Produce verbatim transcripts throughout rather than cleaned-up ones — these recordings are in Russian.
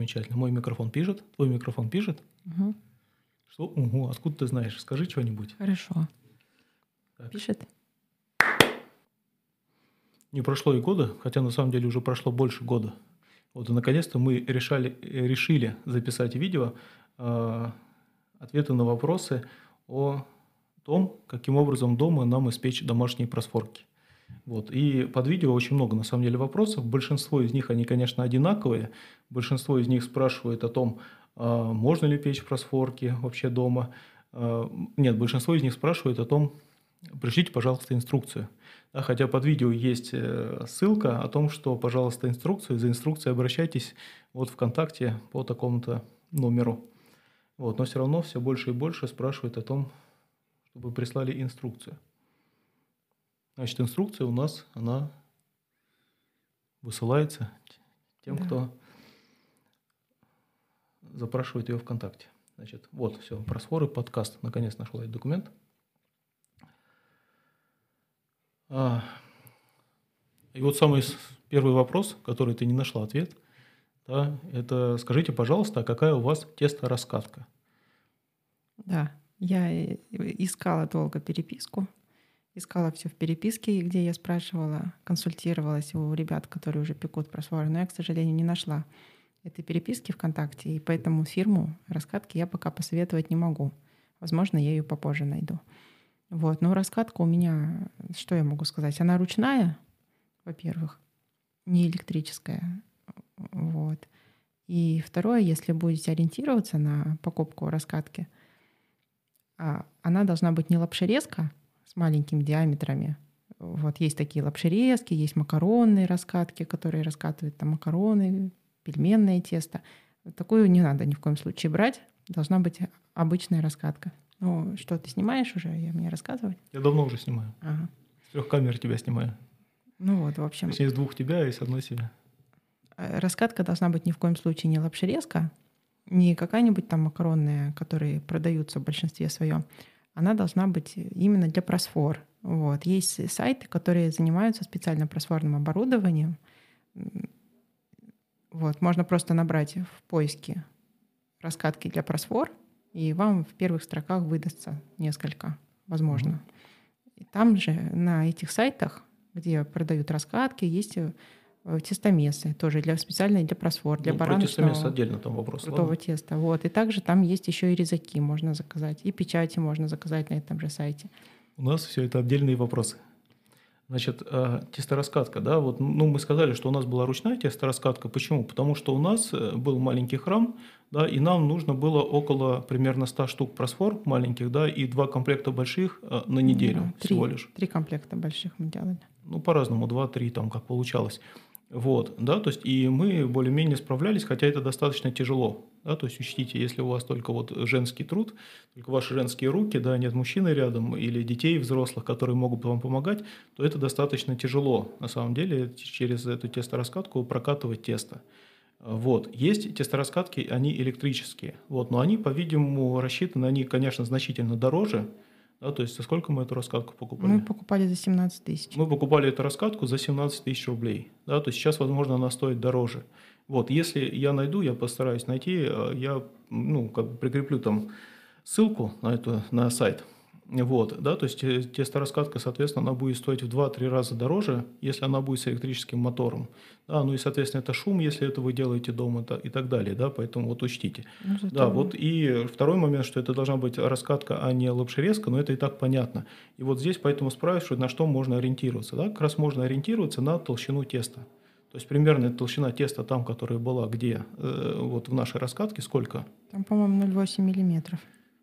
Замечательно. Мой микрофон пишет, твой микрофон пишет. Мгм. Что? Угу. Откуда ты знаешь? Скажи что-нибудь. Хорошо. Так. Пишет. Не прошло и года, хотя на самом деле уже прошло больше года. Вот и наконец-то мы решали, э, решили записать видео э, ответы на вопросы о том, каким образом дома нам испечь домашние просфорки. Вот. И под видео очень много на самом деле вопросов. Большинство из них, они, конечно, одинаковые. Большинство из них спрашивает о том, а, можно ли печь просфорки вообще дома. А, Нет, большинство из них спрашивает о том, пришлите, пожалуйста, инструкцию. Да, хотя под видео есть э, ссылка о том, что, пожалуйста, инструкцию. За инструкцией обращайтесь вот ВКонтакте по такому-то номеру. Вот. Но все равно все больше и больше спрашивают о том, чтобы прислали инструкцию. Значит, инструкция у нас, она высылается тем, Да. кто запрашивает ее ВКонтакте. Значит, вот, все, просфоры, подкаст. Наконец нашел этот документ. А, и вот самый с- первый вопрос, который ты не нашла ответ, да, это скажите, пожалуйста, а какая у вас тесто-раскатка? Да. Я и- искала долго переписку. Искала все в переписке, где я спрашивала, консультировалась у ребят, которые уже пекут просфоры, но я, к сожалению, не нашла этой переписки ВКонтакте, и поэтому фирму раскатки я пока посоветовать не могу. Возможно, я ее попозже найду. Вот. Но раскатка у меня, что я могу сказать? Она ручная, во-первых, не электрическая. Вот. И второе, если будете ориентироваться на покупку раскатки, а, она должна быть не лапшерезка с маленькими диаметрами. Вот есть такие лапшерезки, есть макаронные раскатки, которые раскатывают там макароны, пельменное тесто. Вот такую не надо ни в коем случае брать. Должна быть обычная раскатка. Ну, что ты снимаешь уже? Я мне рассказывать? Я давно уже снимаю. Ага. С трех камер тебя снимаю. Ну вот, в общем, Точнее, с двух тебя и с одной себя. э, раскатка должна быть ни в коем случае не лапшерезка, не какая-нибудь там макаронная, которые продаются в большинстве своем. Она должна быть именно для просфор. Вот. Есть сайты, которые занимаются специально просфорным оборудованием. М, Вот. Можно просто набрать в поиске раскатки для просфор, и вам в первых строках выдастся несколько, возможно. И там же на этих сайтах, где продают раскатки, есть э, тестомесы, тоже для, специальные для просфор, для Ну, про тестомес бараночного отдельно там вопрос. крутого Ладно? теста. Вот. И также там есть еще и резаки можно заказать, и печати можно заказать на этом же сайте. У нас все это отдельные вопросы. Значит, э, тестораскатка, да, вот, ну, мы сказали, что у нас была ручная тестораскатка. Почему? Потому что у нас э, был маленький храм, да, и нам нужно было около примерно ста штук просфор маленьких, да, и два комплекта больших э, на неделю Да, всего три, лишь. три комплекта больших мы делали. Ну, по-разному, два-три там, как получалось. Вот, да, то есть и мы более-менее справлялись, хотя это достаточно тяжело, да, то есть учтите, если у вас только вот женский труд, только ваши женские руки, да, нет мужчины рядом или детей взрослых, которые могут вам помогать, то это достаточно тяжело, на самом деле, через эту тестораскатку прокатывать тесто. Вот. Есть тестораскатки, они электрические, вот, но они, по-видимому, рассчитаны, они, конечно, значительно дороже, да, то есть за сколько мы эту раскатку покупали? Мы покупали за семнадцать тысяч. Мы покупали эту раскатку за семнадцать тысяч рублей. Да, то есть сейчас, возможно, она стоит дороже. Вот, если я найду, я постараюсь найти, э, я ну, как бы прикреплю там ссылку на, эту, на сайт. Вот, да, то есть те- тестораскатка, соответственно, она будет стоить в два-три раза дороже, если она будет с электрическим мотором. Да, ну и, соответственно, это шум, если это вы делаете дома та- и так далее, да, поэтому вот учтите. Ну, зато Да, вот и второй момент, что это должна быть раскатка, а не лапшерезка, но это и так понятно. И вот здесь поэтому спрашивают, на что можно ориентироваться. Да? Как раз можно ориентироваться на толщину теста. То есть примерная толщина теста там, которая была где, э, вот в нашей раскатке, сколько? там, по-моему, ноль целых восемь миллиметров.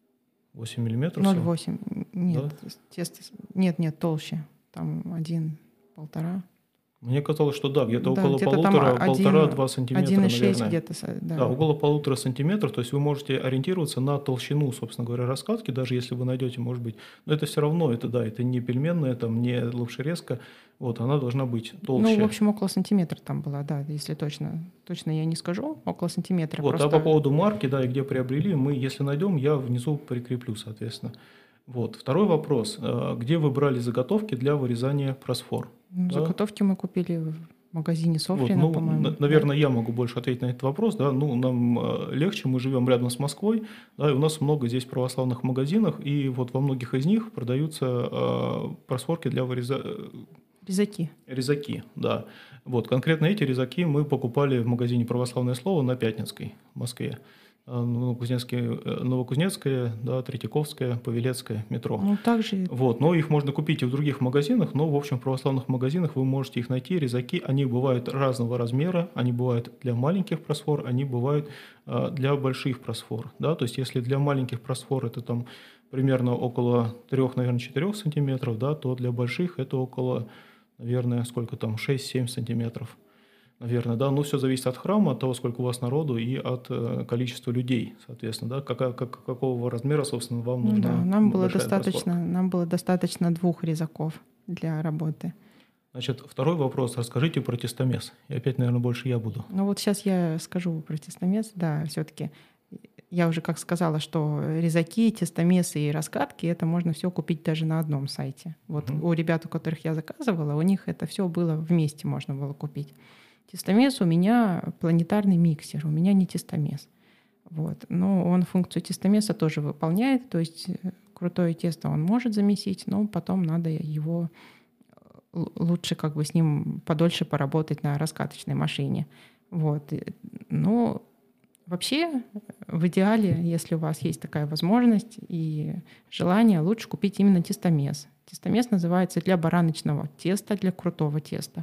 восемь миллиметров ноль всего? целых восемь. Нет, Да? тесто... Нет, нет, толще. Там один, полтора. Мне казалось, что да, где-то Да, около где-то там полутора, один, полтора-два сантиметра, один и шесть наверное. где-то, со- Да, да. около полутора сантиметров, то есть вы можете ориентироваться на толщину, собственно говоря, раскатки, даже если вы найдете, может быть, но это все равно, это да, это не пельменная, там, не лапшерезка, вот, она должна быть толще. Ну, в общем, около сантиметра там была, да, если точно. Точно я не скажу, около сантиметра. Вот, просто... а по поводу марки, да, и где приобрели, мы, если найдем, я внизу прикреплю, соответственно. Вот, второй вопрос, э, где вы брали заготовки для вырезания просфор? Ну, Да? заготовки мы купили в магазине Вот, Софрина, ну, по-моему. на- Да? наверное, я могу больше ответить на этот вопрос, да, ну, нам э, легче, мы живем рядом с Москвой, да, и у нас много здесь православных магазинов, и вот во многих из них продаются э, просфорки для выреза... э, Резаки. резаки, да. Вот, конкретно эти резаки мы покупали в магазине «Православное слово» на Пятницкой в Москве. А, Новокузнецкие, э, Новокузнецкая, да, Третьяковская, Павелецкая, метро. Ну, также Вот, но их можно купить и в других магазинах, но, в общем, в православных магазинах вы можете их найти. Резаки, они бывают разного размера, они бывают для маленьких просфор, они бывают а, для больших просфор, да, то есть если для маленьких просфор это там примерно около трёх, наверное, четырёх сантиметров, да, то для больших это около, наверное, сколько там, шесть-семь сантиметров. Наверное, да, но все зависит от храма, от того, сколько у вас народу и от э, количества людей, соответственно, да, какая, как, какого размера, собственно, вам ну, нужна да, нам было большая просфорка. достаточно, нам было достаточно двух резаков для работы. Значит, второй вопрос. Расскажите про тестомес. И опять, наверное, больше я буду. Ну вот сейчас я скажу про тестомес. Да, все-таки я уже как сказала, что резаки, тестомесы и раскатки — это можно все купить даже на одном сайте. Вот Мгм. у ребят, у которых я заказывала, у них это все было вместе, можно было купить. Тестомес у меня планетарный миксер, у меня не тестомес. Вот. Но он функцию тестомеса тоже выполняет, то есть э, крутое тесто он может замесить, но потом надо его л- лучше как бы с ним подольше поработать на раскаточной машине. Вот. И, Ну, вообще, в идеале, если у вас есть такая возможность и желание, лучше купить именно тестомес. Тестомес называется для бараночного теста, для крутого теста.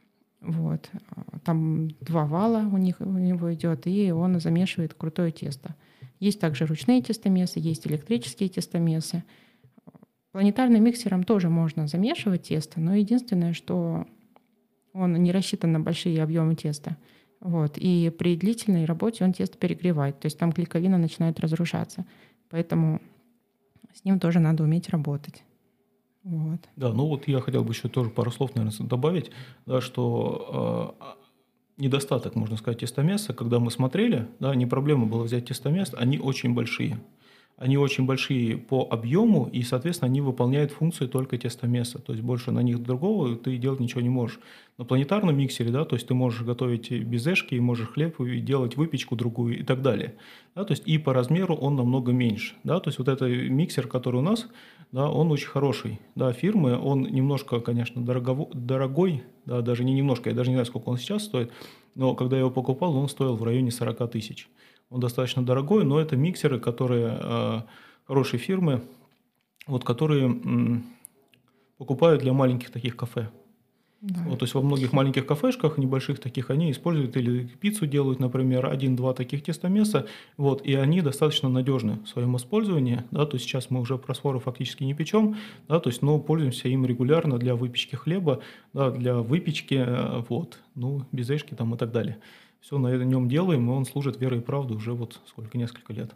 Вот. Там два вала у них у него идет, и он замешивает крутое тесто. Есть также ручные тестомесы, есть электрические тестомесы. Планетарным миксером тоже можно замешивать тесто, но единственное, что он не рассчитан на большие объемы теста. Вот. И при длительной работе он тесто перегревает, то есть там клейковина начинает разрушаться. Поэтому с ним тоже надо уметь работать. Вот. Да, ну вот я хотел бы еще тоже пару слов, наверное, добавить, да, что э, недостаток, можно сказать, тестомеса, когда мы смотрели, да, не проблема была взять тестомес, они очень большие. Они очень большие по объему, и, соответственно, они выполняют функцию только тестомеса. То есть больше на них другого ты делать ничего не можешь. На планетарном миксере, да, то есть ты можешь готовить безешки, можешь хлеб и делать выпечку другую и так далее. Да, то есть и по размеру он намного меньше. Да, то есть вот этот миксер, который у нас, да, он очень хороший. Да, фирмы, он немножко, конечно, дорогово, дорогой, да, даже не немножко, я даже не знаю, сколько он сейчас стоит, но когда я его покупал, он стоил в районе сорок тысяч. Он достаточно дорогой, но это миксеры, которые э, хорошие фирмы, вот, которые м, покупают для маленьких таких кафе. Да. Вот, то есть во многих маленьких кафешках, небольших таких, они используют или пиццу делают, например, один-два таких тестомеса, вот, и они достаточно надежны в своем использовании, да, то есть сейчас мы уже просфоры фактически не печем, да, то есть, но пользуемся им регулярно для выпечки хлеба, да, для выпечки, э, вот, ну, безешки там и так далее. Все на нем делаем, и он служит верой и правдой уже вот сколько, несколько лет.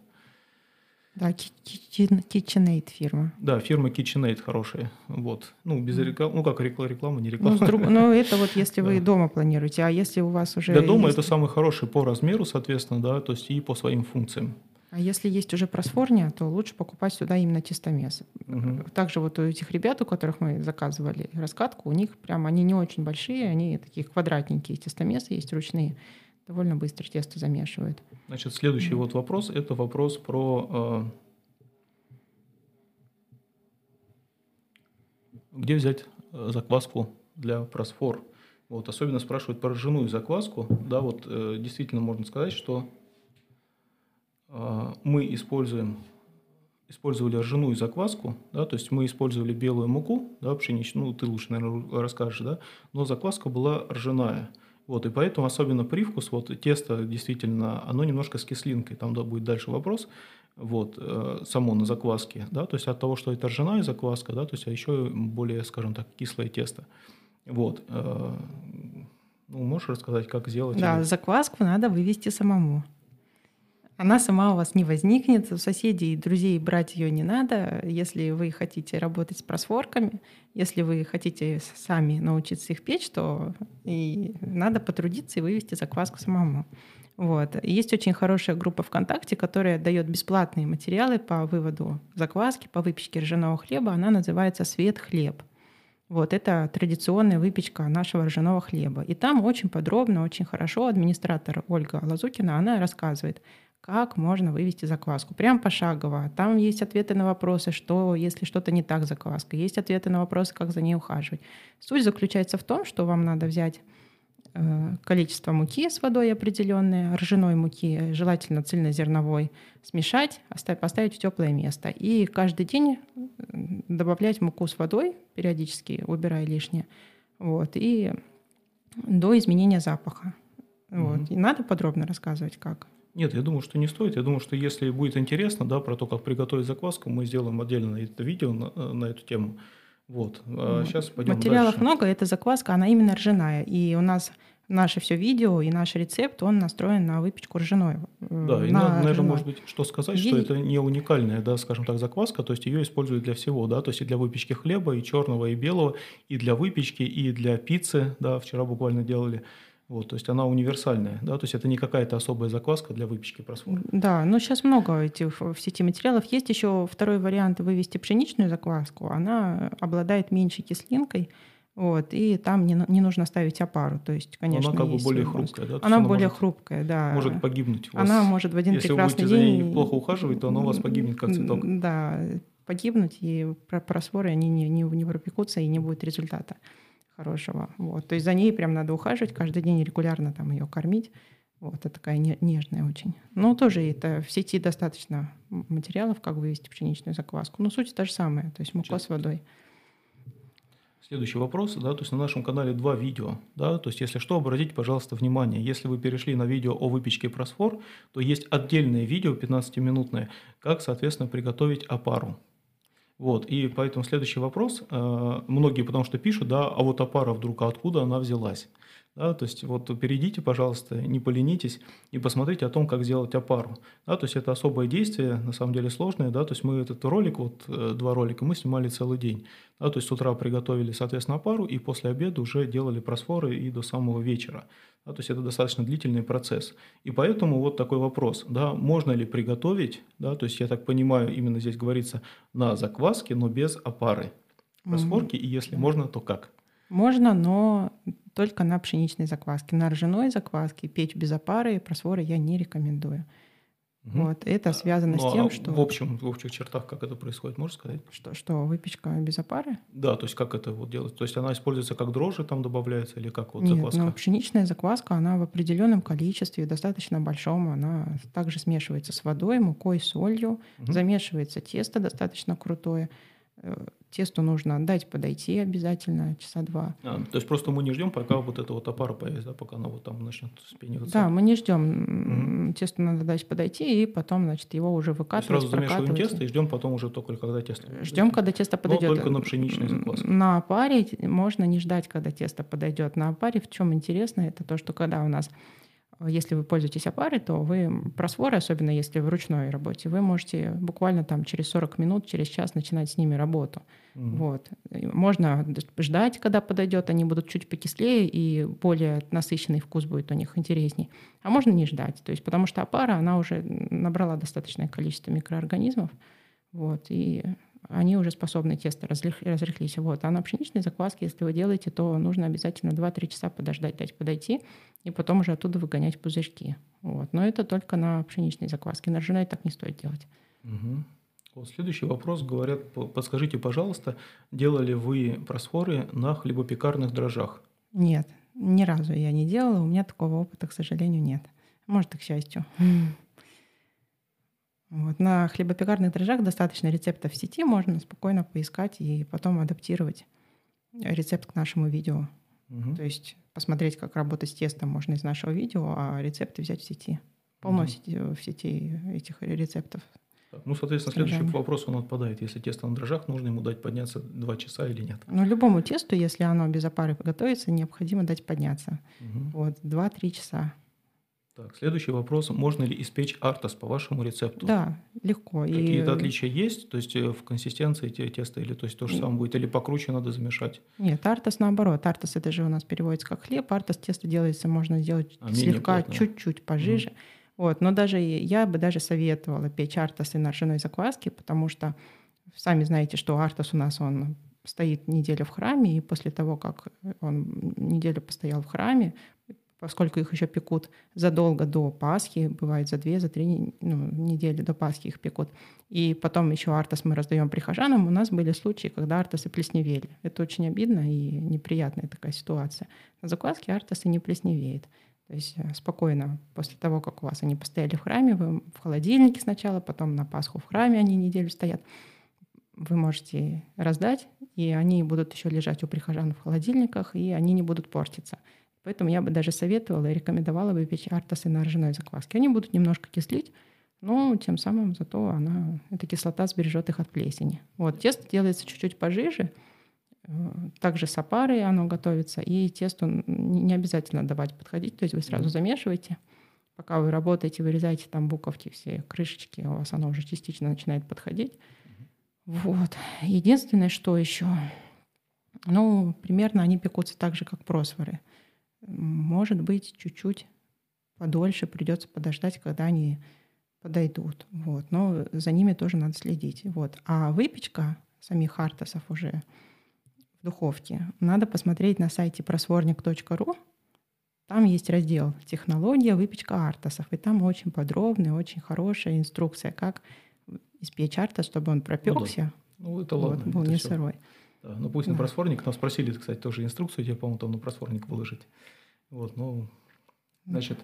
Да, Kitchen- KitchenAid фирма. Да, фирма KitchenAid хорошая, вот, ну, без Мгм. реклам, ну, как рекла- реклама, не Ну, реклама. с друг- ну, это вот если вы Да. дома планируете, а если у вас уже Для дома есть... это самый хороший по размеру, соответственно, да, то есть и по своим функциям. А если есть уже просфорня, то лучше покупать сюда именно тестомес. Мгм. Также вот у этих ребят, у которых мы заказывали раскатку, у них прям они не очень большие, они такие квадратненькие тестомесы есть ручные, довольно быстро тесто замешивают. Значит, следующий Мгм. вот вопрос, это вопрос про э, где взять э, закваску для просфор. Вот, особенно спрашивают про ржаную закваску. Да, вот э, действительно можно сказать, что э, мы используем, использовали ржаную закваску, да, то есть мы использовали белую муку, да, пшеничную, ну ты лучше, наверное, расскажешь, да, но закваска была ржаная. Вот, и поэтому особенно привкус, вот тесто действительно, оно немножко с кислинкой, там да, будет дальше вопрос, вот, э, само на закваске, да, то есть от того, что это ржаная закваска, да, то есть а еще более, скажем так, кислое тесто. Вот, э, ну, можешь рассказать, как сделать? Да, Или... закваску надо вывести самому. Она сама у вас не возникнет, у соседей, друзей брать ее не надо. Если вы хотите работать с просфорками, если вы хотите сами научиться их печь, то и надо потрудиться и вывести закваску самому. Вот. Есть очень хорошая группа ВКонтакте, которая дает бесплатные материалы по выводу закваски, по выпечке ржаного хлеба. Она называется «Свет хлеб». Вот это традиционная выпечка нашего ржаного хлеба. И там очень подробно, очень хорошо администратор Ольга Лазукина, она рассказывает, как можно вывести закваску. Прям пошагово. Там есть ответы на вопросы, что если что-то не так с закваской. Есть ответы на вопросы, как за ней ухаживать. Суть заключается в том, что вам надо взять э, количество муки с водой определенное, ржаной муки, желательно цельнозерновой, смешать, оставить, поставить в теплое место. И каждый день добавлять муку с водой, периодически убирая лишнее, вот, и до изменения запаха. Вот. Мгм. И надо подробно рассказывать, как. Нет, я думаю, что не стоит. Я думаю, что если будет интересно, да, про то, как приготовить закваску, мы сделаем отдельно это видео на, э, на эту тему. Вот. А Вот. сейчас пойдем Материалов дальше. много, эта закваска, она именно ржаная. И у нас наше все видео и наш рецепт, он настроен на выпечку ржаной. э, Да, и, на на- наверное, ржаной. может быть, что сказать, что Ей- это не уникальная, да, скажем так, закваска, то есть ее используют для всего, да, то есть и для выпечки хлеба, и черного, и белого, и для выпечки, и для пиццы, да, вчера буквально делали. Вот, то есть она универсальная, да, то есть это не какая-то особая закваска для выпечки просфор. Да, но сейчас много этих в сети материалов. Есть еще второй вариант вывести пшеничную закваску. Она обладает меньшей кислинкой, вот, и там не, nu- не нужно ставить опару. То есть, Но конечно, она как бы есть более свой бонус. хрупкая, да, то есть Она она более может, хрупкая, да. может погибнуть у Она вас. может в один Если вы прекрасный будете за ней день плохо ухаживать, то она у вас погибнет как цветок. м, да, погибнуть, и про- просворы они не, не, не пропекутся, и не будет результата хорошего. Вот. То есть за ней прям надо ухаживать, каждый день регулярно там ее кормить. Вот, это такая не- нежная очень. Но тоже это в сети достаточно м- материалов, как вывести пшеничную закваску. Но суть та же самая, то есть мука с водой. Следующий вопрос, да, то есть на нашем канале два видео, да, то есть если что, обратите, пожалуйста, внимание, если вы перешли на видео о выпечке просфор, то есть отдельное видео пятнадцатиминутное, как, соответственно, приготовить опару. Вот, и поэтому следующий вопрос, э, многие потому что пишут, да, а вот опара вдруг, а откуда она взялась? Да, то есть вот перейдите, пожалуйста, не поленитесь и посмотрите о том, как сделать опару. Да, то есть это особое действие, на самом деле сложное, да, то есть мы этот ролик, вот э, два ролика, мы снимали целый день. Да, то есть с утра приготовили, соответственно, опару и после обеда уже делали просфоры и до самого вечера. Да, то есть это достаточно длительный процесс. И поэтому вот такой вопрос, да, можно ли приготовить, да, то есть я так понимаю, именно здесь говорится на закваске, но без опары М, просфорки, и если да. можно, то как? Можно, но только на пшеничной закваске. На ржаной закваске печь без опары просворы я не рекомендую. Мгм. Вот. Это А, связано с Ну, а тем, в что, общем, в общих чертах, как это происходит, можешь сказать? что, что выпечка без опары. Да, то есть как это вот делать? То есть она используется как дрожжи там добавляется или как вот Нет, но закваска? пшеничная закваска, она в определенном количестве, достаточно большом, она также смешивается с водой, мукой, солью, Мгм. замешивается тесто достаточно крутое. Э, Тесту нужно дать подойти обязательно часа два. А, то есть просто мы не ждем, пока вот эта вот опара появится, да, пока она вот там начнет вспениваться. Да, мы не ждем. Мгм. Тесту надо дать подойти, и потом, значит, его уже То есть выкатывать, сразу замешиваем прокатывать. тесто и ждем потом уже только когда тесто будет Ждем, готово. когда тесто Но подойдет. только на пшеничной закваске. На опаре можно не ждать, когда тесто подойдет. На опаре в чем интересно, это то, что когда у нас, э, если вы пользуетесь опарой, то вы просворы, особенно если в ручной работе, вы можете буквально там через сорок минут, через час начинать с ними работу. Мгм. Вот. И можно д- ждать, когда подойдет, они будут чуть покислее, и более насыщенный вкус будет у них интересней. А можно не ждать, то есть потому что опара, она уже набрала достаточное количество микроорганизмов, вот, и они уже способны тесто разрых- разрыхлить. Вот. А на пшеничной закваске, если вы делаете, то нужно обязательно два-три часа подождать, дать подойти, и потом уже оттуда выгонять пузырьки. Вот. Но это только на пшеничной закваске. На ржаной так не стоит делать. Мгм. Вот следующий вопрос, говорят, по- подскажите, пожалуйста, делали вы просфоры на хлебопекарных дрожжах? Нет, ни разу я не делала, у меня такого опыта, к сожалению, нет. Может, и к счастью. Вот. На хлебопекарных дрожжах достаточно рецептов в сети, можно спокойно поискать и потом адаптировать рецепт к нашему видео. Мгм. То есть посмотреть, как работать с тестом можно из нашего видео, а рецепты взять в сети. Полно Мгм. сети- в сети этих рецептов. Так, ну, соответственно, с следующий дрожжами. вопрос он отпадает. Если тесто на дрожжах, нужно ему дать подняться два часа или нет? Но любому тесту, если оно без опары готовится, необходимо дать подняться. Мгм. Вот, два-три часа. Так, следующий вопрос. Можно ли испечь артос по вашему рецепту? Да, легко. И Какие-то отличия есть? То есть э, в консистенции те- теста или то есть то же самое будет? Или покруче надо замешать? нет, артос наоборот. Артос это же у нас переводится как хлеб. Артос тесто делается, можно сделать А, менее слегка, плотное. чуть-чуть пожиже. Вот. Но даже и- я бы даже советовала печь артосы на ржаной закваске, потому что сами знаете, что артос у нас он стоит неделю в храме, и после того, как он неделю постоял в храме, поскольку их еще пекут задолго до Пасхи, бывает за две, за три ну, недели до Пасхи их пекут. И потом еще артос мы раздаем прихожанам. У нас были случаи, когда артосы плесневели. Это очень обидно и неприятная такая ситуация. На закваске артосы не плесневеют. То есть спокойно, после того, как у вас они постояли в храме, вы в холодильнике сначала, потом на Пасху в храме они неделю стоят, вы можете раздать, и они будут еще лежать у прихожан в холодильниках, и они не будут портиться. Поэтому я бы даже советовала и рекомендовала бы печь артосы на ржаной закваске. Они будут немножко кислить, но тем самым зато она, эта кислота сбережет их от плесени. Вот, тесто делается чуть-чуть пожиже, также с опарой оно готовится, и тесту не обязательно давать подходить, то есть вы сразу замешиваете. Пока вы работаете, вырезаете там буковки, все крышечки, у вас оно уже частично начинает подходить. Вот. Единственное, что еще, ну, примерно они пекутся так же, как просфоры. Может быть, чуть-чуть подольше придется подождать, когда они подойдут. Вот. Но за ними тоже надо следить. Вот. А выпечка самих артосов уже в духовке надо посмотреть на сайте просворник точка ру. Там есть раздел «Технология выпечка артосов». И там очень подробная, очень хорошая инструкция, как испечь артос, чтобы он пропекся. Ну, да. Ну это ладно. Вот, был это не все. сырой. Да, ну пусть да. На просфорник. Нас просили, кстати, тоже инструкцию, тебе, по-моему, там на просфорник выложить. Вот, ну, значит,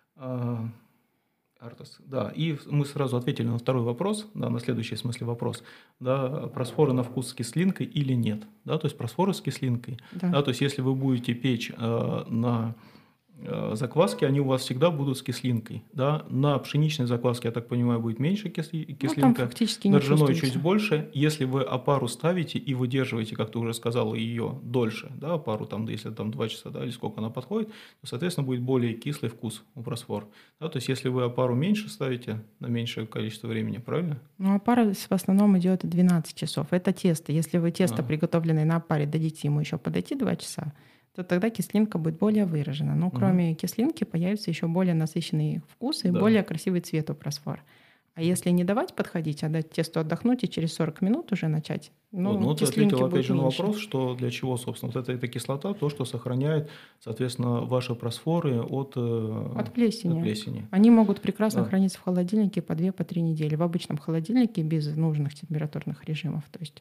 а, артос. Да, и мы сразу ответили на второй вопрос, да, на следующий, в смысле, вопрос. Да, просфоры на вкус с кислинкой или нет. Да, то есть просфоры с кислинкой. Да. Да, то есть если вы будете печь а, на закваски, они у вас всегда будут с кислинкой. Да? На пшеничной закваске, я так понимаю, будет меньше кисли... кислинка, ну, на ржаной чуть больше. Если вы опару ставите и выдерживаете, как ты уже сказала, ее дольше, да, опару, там, если там два часа, да, или сколько она подходит, то, соответственно, будет более кислый вкус у просфор. Да? То есть если вы опару меньше ставите, на меньшее количество времени, правильно? Ну, опара в основном идет двенадцать часов. Это тесто. Если вы тесто, а. приготовленное на опаре, дадите ему еще подойти два часа, то тогда кислинка будет более выражена. Но кроме угу. кислинки появится еще более насыщенный вкус и да. более красивый цвет у просфор. А если не давать подходить, а дать тесту отдохнуть и через сорок минут уже начать, ну, вот, ну ты ответил опять же на меньше. вопрос, что для чего, собственно, вот эта, эта кислота, то, что сохраняет, соответственно, ваши просфоры от, от, плесени. от плесени. Они могут прекрасно да. храниться в холодильнике по две-три недели. В обычном холодильнике без нужных температурных режимов. То есть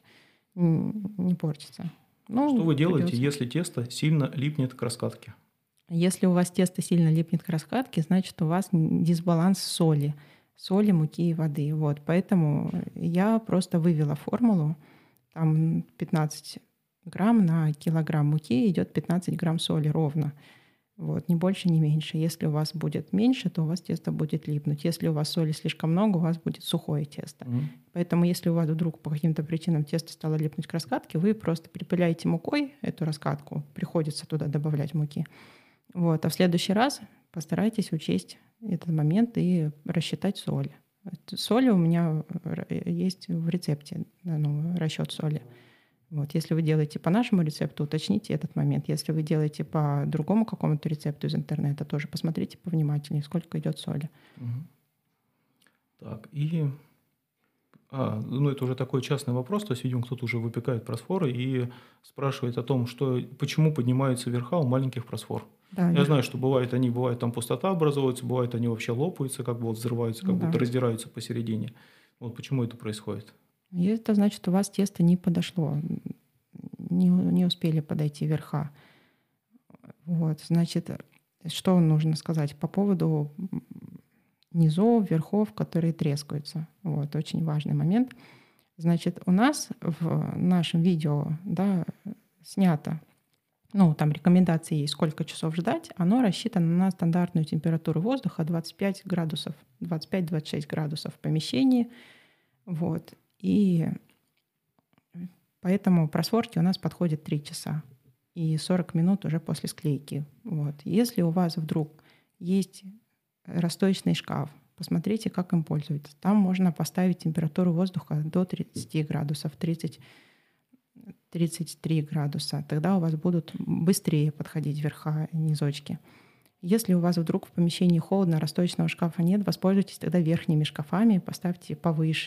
не портится. Ну, что вы делаете, придется. если тесто сильно липнет к раскатке? Если у вас тесто сильно липнет к раскатке, значит, у вас дисбаланс соли. Соли, муки и воды. Вот. Поэтому я просто вывела формулу. Там пятнадцать грамм на килограмм муки идет пятнадцать грамм соли ровно. Вот. Ни больше, ни меньше. Если у вас будет меньше, то у вас тесто будет липнуть. Если у вас соли слишком много, у вас будет сухое тесто. Mm. Поэтому если у вас вдруг по каким-то причинам тесто стало липнуть к раскатке, вы просто припыляете мукой эту раскатку. Приходится туда добавлять муки. Вот. А в следующий раз постарайтесь учесть этот момент и рассчитать соль. Соль у меня есть в рецепте, ну, расчет соли. Вот. Если вы делаете по нашему рецепту, уточните этот момент. Если вы делаете по другому какому-то рецепту из интернета, тоже посмотрите повнимательнее, сколько идет соли. Угу. Так, и... А, ну это уже такой частный вопрос, то есть, видимо, кто-то уже выпекает просфоры и спрашивает о том, что, почему поднимаются верха у маленьких просфор. Да, я знаю, что бывает, они бывают, там пустота образуется, бывает, они вообще лопаются, как бы вот взрываются, как да. будто раздираются посередине. Вот почему это происходит? И это значит, у вас тесто не подошло, не, не успели подойти верха. Вот, значит, что нужно сказать по поводу низов, верхов, которые трескаются. Вот, очень важный момент. Значит, у нас в нашем видео, да, снято, ну, там рекомендации есть, сколько часов ждать, оно рассчитано на стандартную температуру воздуха двадцать пять градусов, двадцать пять - двадцать шесть градусов в помещении. Вот. И поэтому просворки у нас подходит три часа и сорок минут уже после склейки. Вот. Если у вас вдруг есть расстоечный шкаф, посмотрите, как им пользуются. Там можно поставить температуру воздуха до тридцати градусов, тридцать тридцать три градуса. Тогда у вас будут быстрее подходить верха и низочки. Если у вас вдруг в помещении холодно, расстоечного шкафа нет, воспользуйтесь тогда верхними шкафами, поставьте повыше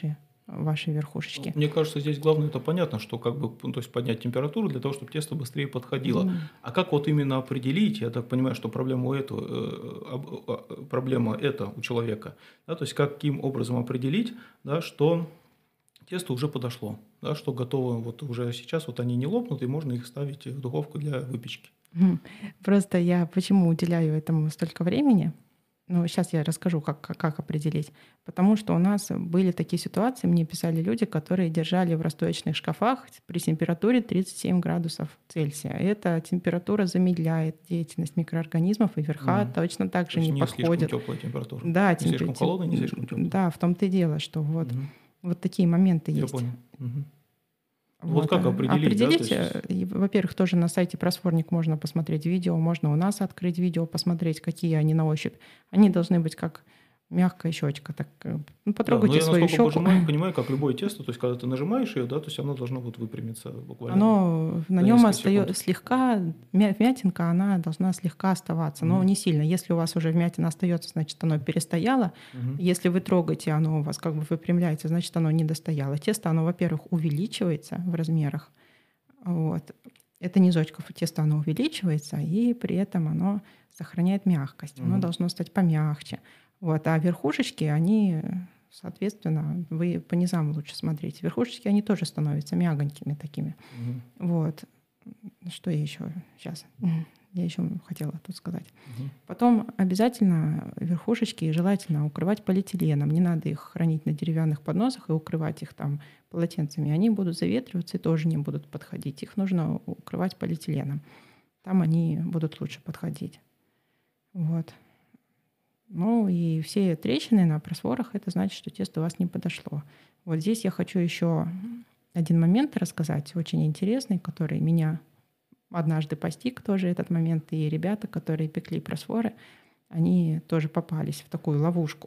вашей верхушечки. Мне кажется, здесь главное это понятно, что как бы, ну, то есть поднять температуру для того, чтобы тесто быстрее подходило. Mm. А как вот именно определить, я так понимаю, что проблема у этого, э, проблема это у человека, да, то есть каким образом определить, да, что тесто уже подошло, да, что готово вот уже сейчас, вот они не лопнут, и можно их ставить в духовку для выпечки. Просто я почему уделяю этому столько времени? Ну, сейчас я расскажу, как, как, как определить. Потому что у нас были такие ситуации, мне писали люди, которые держали в расстоечных шкафах при температуре тридцать семь градусов Цельсия. Эта температура замедляет деятельность микроорганизмов, и верха mm. точно так же не, не подходят. Не слишком теплая температура. Да, не темп... слишком холодная, не слишком теплая. Да, в том-то и дело, что вот, mm-hmm. вот такие моменты я есть. Понял. Mm-hmm. Вот, вот как определить? Определить, да, есть... во-первых, тоже на сайте Просфорник можно посмотреть видео, можно у нас открыть видео, посмотреть, какие они на ощупь. Они должны быть как мягкая щечка. Так, ну, потрогайте да, свою щеку. Я понимаю, понимаю, как любое тесто, то есть когда ты нажимаешь ее, да, то есть оно должно вот выпрямиться буквально. Оно на нем остается слегка, вмятинка, она должна слегка оставаться, но mm-hmm. не сильно. Если у вас уже вмятина остается, значит, оно перестояло. Mm-hmm. Если вы трогаете, оно у вас как бы выпрямляется, значит, оно не достояло. Тесто, оно, во-первых, увеличивается в размерах. Вот. Это низочков тесто, оно увеличивается, и при этом оно сохраняет мягкость. Mm-hmm. Оно должно стать помягче. Вот. А верхушечки, они, соответственно, вы по низам лучше смотрите. Верхушечки, они тоже становятся мягонькими такими. Угу. Вот. Что я еще сейчас? Я еще хотела тут сказать. Угу. Потом обязательно верхушечки желательно укрывать полиэтиленом. Не надо их хранить на деревянных подносах и укрывать их там полотенцами. Они будут заветриваться и тоже не будут подходить. Их нужно укрывать полиэтиленом. Там они будут лучше подходить. Вот. Ну и все трещины на просворах, это значит, что тесто у вас не подошло. Вот здесь я хочу еще один момент рассказать, очень интересный, который меня однажды постиг тоже этот момент. И ребята, которые пекли просворы, они тоже попались в такую ловушку.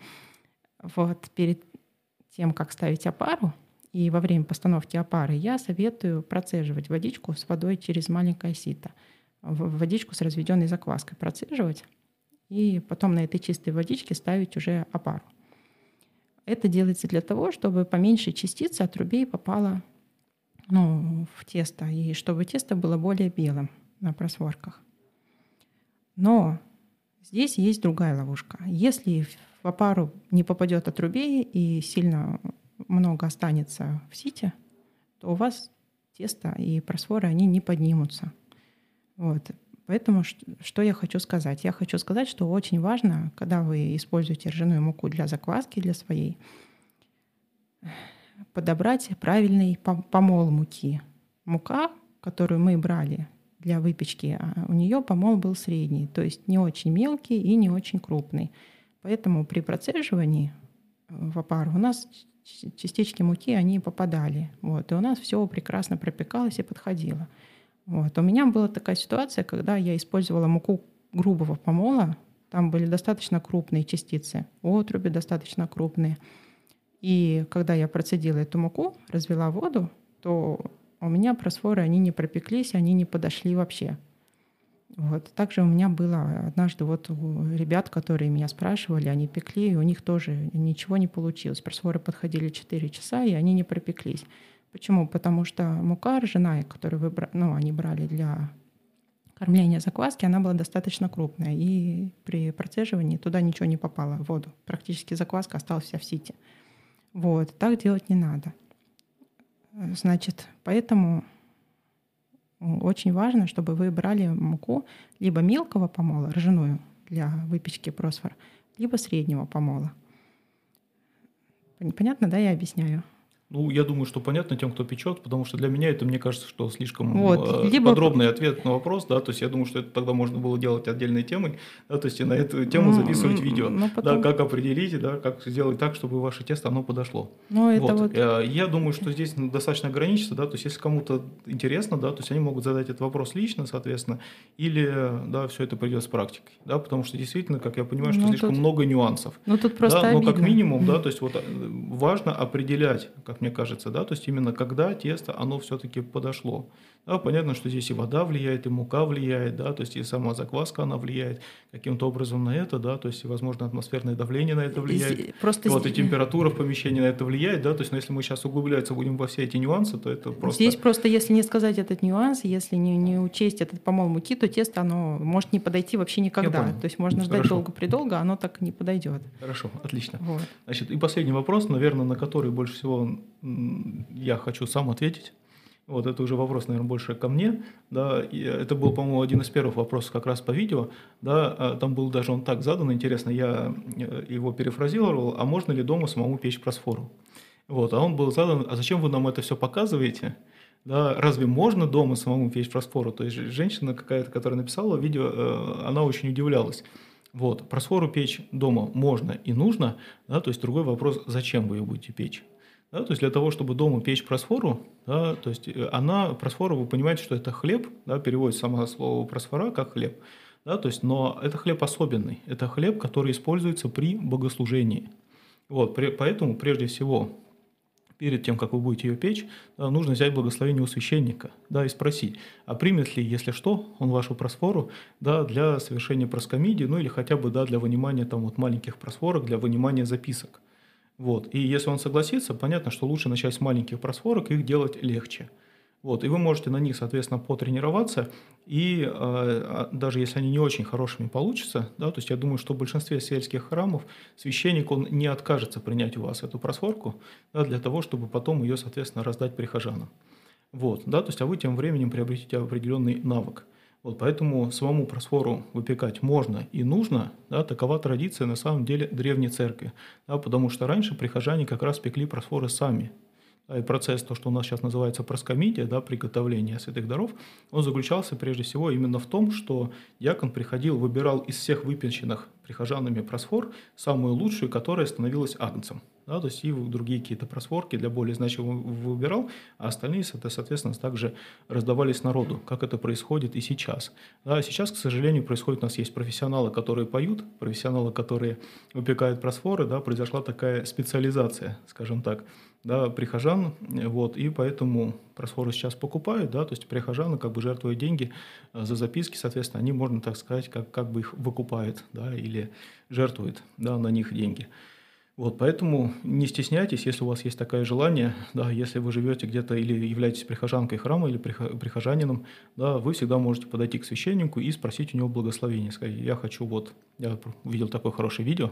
Вот перед тем, как ставить опару, и во время постановки опары, я советую процеживать водичку с водой через маленькое сито. Водичку с разведенной закваской процеживать. И потом на этой чистой водичке ставить уже опару. Это делается для того, чтобы поменьше частиц от рубей попало, ну, в тесто, и чтобы тесто было более белым на просворках. Но здесь есть другая ловушка. Если в опару не попадет от рубей и сильно много останется в сите, то у вас тесто и просворы, они не поднимутся. Вот. Поэтому что я хочу сказать? Я хочу сказать, что очень важно, когда вы используете ржаную муку для закваски, для своей, подобрать правильный помол муки. Мука, которую мы брали для выпечки, у нее помол был средний, то есть не очень мелкий и не очень крупный. Поэтому при процеживании в опару у нас частички муки, они попадали. Вот, и у нас все прекрасно пропекалось и подходило. Вот. У меня была такая ситуация, когда я использовала муку грубого помола. Там были достаточно крупные частицы, отруби достаточно крупные. И когда я процедила эту муку, развела воду, то у меня просфоры, они не пропеклись, они не подошли вообще. Вот. Также у меня было однажды вот у ребят, которые меня спрашивали, они пекли, и у них тоже ничего не получилось. Просфоры подходили четыре часа, и они не пропеклись. Почему? Потому что мука ржаная, которую вы, ну, они брали для кормления закваски, она была достаточно крупная. И при процеживании туда ничего не попало, в воду. Практически закваска осталась вся в сите. Вот. Так делать не надо. Значит, поэтому очень важно, чтобы вы брали муку либо мелкого помола, ржаную для выпечки просфор, либо среднего помола. Понятно, да, я объясняю? Ну, я думаю, что понятно тем, кто печет, потому что для меня это, мне кажется, что слишком вот, э, либо... подробный ответ на вопрос, да, то есть я думаю, что это тогда можно было делать отдельной темой, да, то есть и на эту тему записывать видео, ну, потом... да, как определить, да, как сделать так, чтобы ваше тесто, оно подошло. Ну, это вот. вот... Я думаю, что здесь достаточно ограничиться, да, то есть если кому-то интересно, да, то есть они могут задать этот вопрос лично, соответственно, или, да, все это придет с практикой, да, потому что действительно, как я понимаю, что ну, слишком тут... много нюансов. Ну, тут просто да, но обидно. как минимум, да, то есть вот важно определять, как как мне кажется, да, то есть именно когда тесто, оно все-таки подошло. Да, понятно, что здесь и вода влияет, и мука влияет, да, то есть и сама закваска, она влияет каким-то образом на это, да, то есть, и, возможно, атмосферное давление на это влияет, Зде- Просто и вот и зде- температура в помещении на это влияет, да, то есть, но если мы сейчас углубляться будем во все эти нюансы, то это здесь просто... просто, если не сказать этот нюанс, если не, не учесть этот помол муки, то тесто оно может не подойти вообще Я никогда. понял. То есть можно ждать Хорошо. долго-предолго, а оно так не подойдет. Хорошо, отлично. Вот. Значит, и последний вопрос, наверное, на который больше всего м, я хочу сам ответить. Вот это уже вопрос, наверное, больше ко мне. Да, и это был, по-моему, один из первых вопросов как раз по видео. Да, а там был даже он так задан, интересно, я э, его перефразировал, а можно ли дома самому печь просфору? Вот, а он был задан, а зачем вы нам это все показываете? Да, разве можно дома самому печь просфору? То есть же- женщина какая-то, которая написала видео, э, она очень удивлялась. Вот, просфору печь дома можно и нужно, да, то есть другой вопрос, зачем вы ее будете печь? Да, то есть для того, чтобы дома печь просфору, да, то есть э, она, просфора, вы понимаете, что это хлеб, да, переводится само слово просфора как хлеб, да, то есть, но это хлеб особенный, это хлеб, который используется при богослужении. Вот, при- поэтому прежде всего перед тем, как вы будете ее печь, да, нужно взять благословение у священника, да, и спросить, а примет ли, если что, он вашу просфору, да, для совершения проскомидии, ну или хотя бы, да, для вынимания там вот маленьких просфорок, для вынимания записок. Вот. И если он согласится, понятно, что лучше начать с маленьких просфорок, их делать легче. Вот. И вы можете на них, соответственно, потренироваться, и э, а, даже если они не очень хорошими получатся, да, то есть я думаю, что в большинстве сельских храмов священник, он не откажется принять у вас эту просфорку, да, для того, чтобы потом ее, соответственно, раздать прихожанам. Вот, да, то есть, а вы тем временем приобретите определенный навык. Вот, поэтому самому просфору выпекать можно и нужно, да, такова традиция на самом деле древней церкви, да, потому что раньше прихожане как раз пекли просфоры сами. Да, и процесс, то, что у нас сейчас называется проскомидия, да, приготовление святых даров, он заключался прежде всего именно в том, что диакон приходил, выбирал из всех выпеченных прихожанами просфор самую лучшую, которая становилась агнцем. Да, то есть и другие какие-то просфорки для более значимых выбирал, а остальные, соответственно, также раздавались народу, как это происходит и сейчас. Да, сейчас, к сожалению, происходит, у нас есть профессионалы, которые поют, профессионалы, которые выпекают просфоры, да, произошла такая специализация, скажем так, да, прихожан, вот, и поэтому просфоры сейчас покупают, да, то есть прихожаны как бы жертвуют деньги э, за записки, соответственно, они, можно так сказать, как, как бы их выкупают, да, или жертвуют, да, на них деньги. Вот, поэтому не стесняйтесь, если у вас есть такое желание, да, если вы живете где-то или являетесь прихожанкой храма или прихо- прихожанином, да, вы всегда можете подойти к священнику и спросить у него благословения. Сказать, я хочу вот, я увидел такое хорошее видео,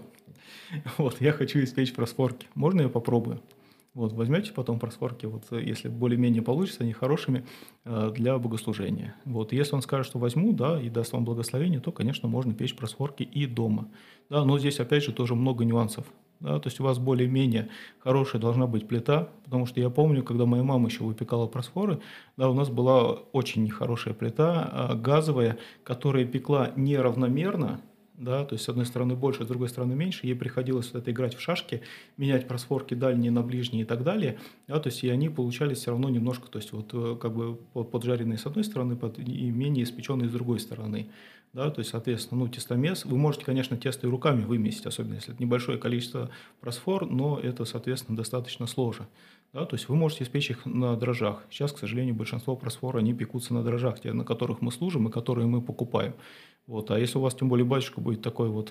вот, я хочу испечь просфорки, можно я попробую? Вот, возьмете потом просфорки, вот, э, если более-менее получится, они хорошими э, для богослужения. Вот, и если он скажет, что возьму, да, и даст вам благословение, то, конечно, можно печь просфорки и дома. Да, но здесь, опять же, тоже много нюансов. Да, то есть у вас более-менее хорошая должна быть плита, потому что я помню, когда моя мама еще выпекала просфоры, да, у нас была очень хорошая плита, а, газовая, которая пекла неравномерно, да, то есть с одной стороны больше, с другой стороны меньше, ей приходилось вот это играть в шашки, менять просфорки дальние на ближние и так далее, да, то есть и они получались все равно немножко, то есть вот э, как бы под- поджаренные с одной стороны под- и менее испеченные с другой стороны. Да, то есть, соответственно, ну, тестомес, вы можете, конечно, тесто и руками вымесить, особенно если это небольшое количество просфор, но это, соответственно, достаточно сложно. Да, то есть вы можете испечь их на дрожжах. Сейчас, к сожалению, большинство просфор, они пекутся на дрожжах, те, на которых мы служим и которые мы покупаем. Вот. А если у вас, тем более, батюшка будет такой вот,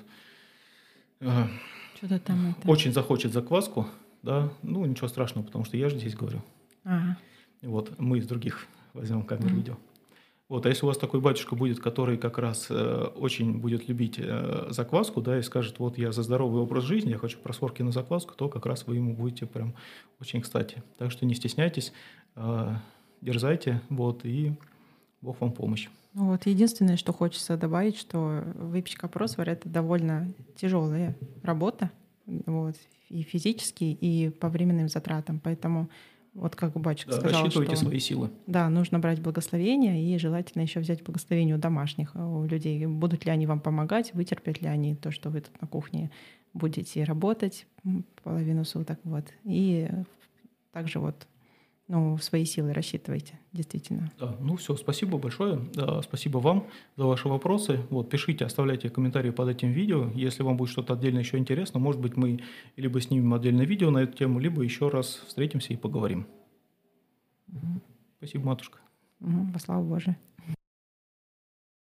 э, Что-то там это... очень захочет закваску, да, ну, ничего страшного, потому что я же здесь говорю. Ага. Вот, мы из других возьмем камер Мгм. видео. Вот, а если у вас такой батюшка будет, который как раз э, очень будет любить э, закваску, да, и скажет, вот я за здоровый образ жизни, я хочу просфорки на закваску, то как раз вы ему будете прям очень кстати. Так что не стесняйтесь, э, дерзайте, вот, и Бог вам помощь. Ну вот единственное, что хочется добавить, что выпечка просвора — это довольно тяжелая работа, вот, и физически, и по временным затратам. Поэтому вот как батюшка Да, сказал, рассчитывайте что свои силы. да, нужно брать благословение и желательно еще взять благословение у домашних, а у людей. Будут ли они вам помогать, вытерпят ли они то, что вы тут на кухне будете работать м, половину суток. Вот. И также вот ну, в свои силы рассчитывайте, действительно. Да, ну все, спасибо большое. Да, спасибо вам за ваши вопросы. Вот, пишите, оставляйте комментарии под этим видео. Если вам будет что-то отдельно еще интересно, может быть, мы либо снимем отдельное видео на эту тему, либо еще раз встретимся и поговорим. Мгм. Спасибо, матушка. Мгм. Во славу Божию.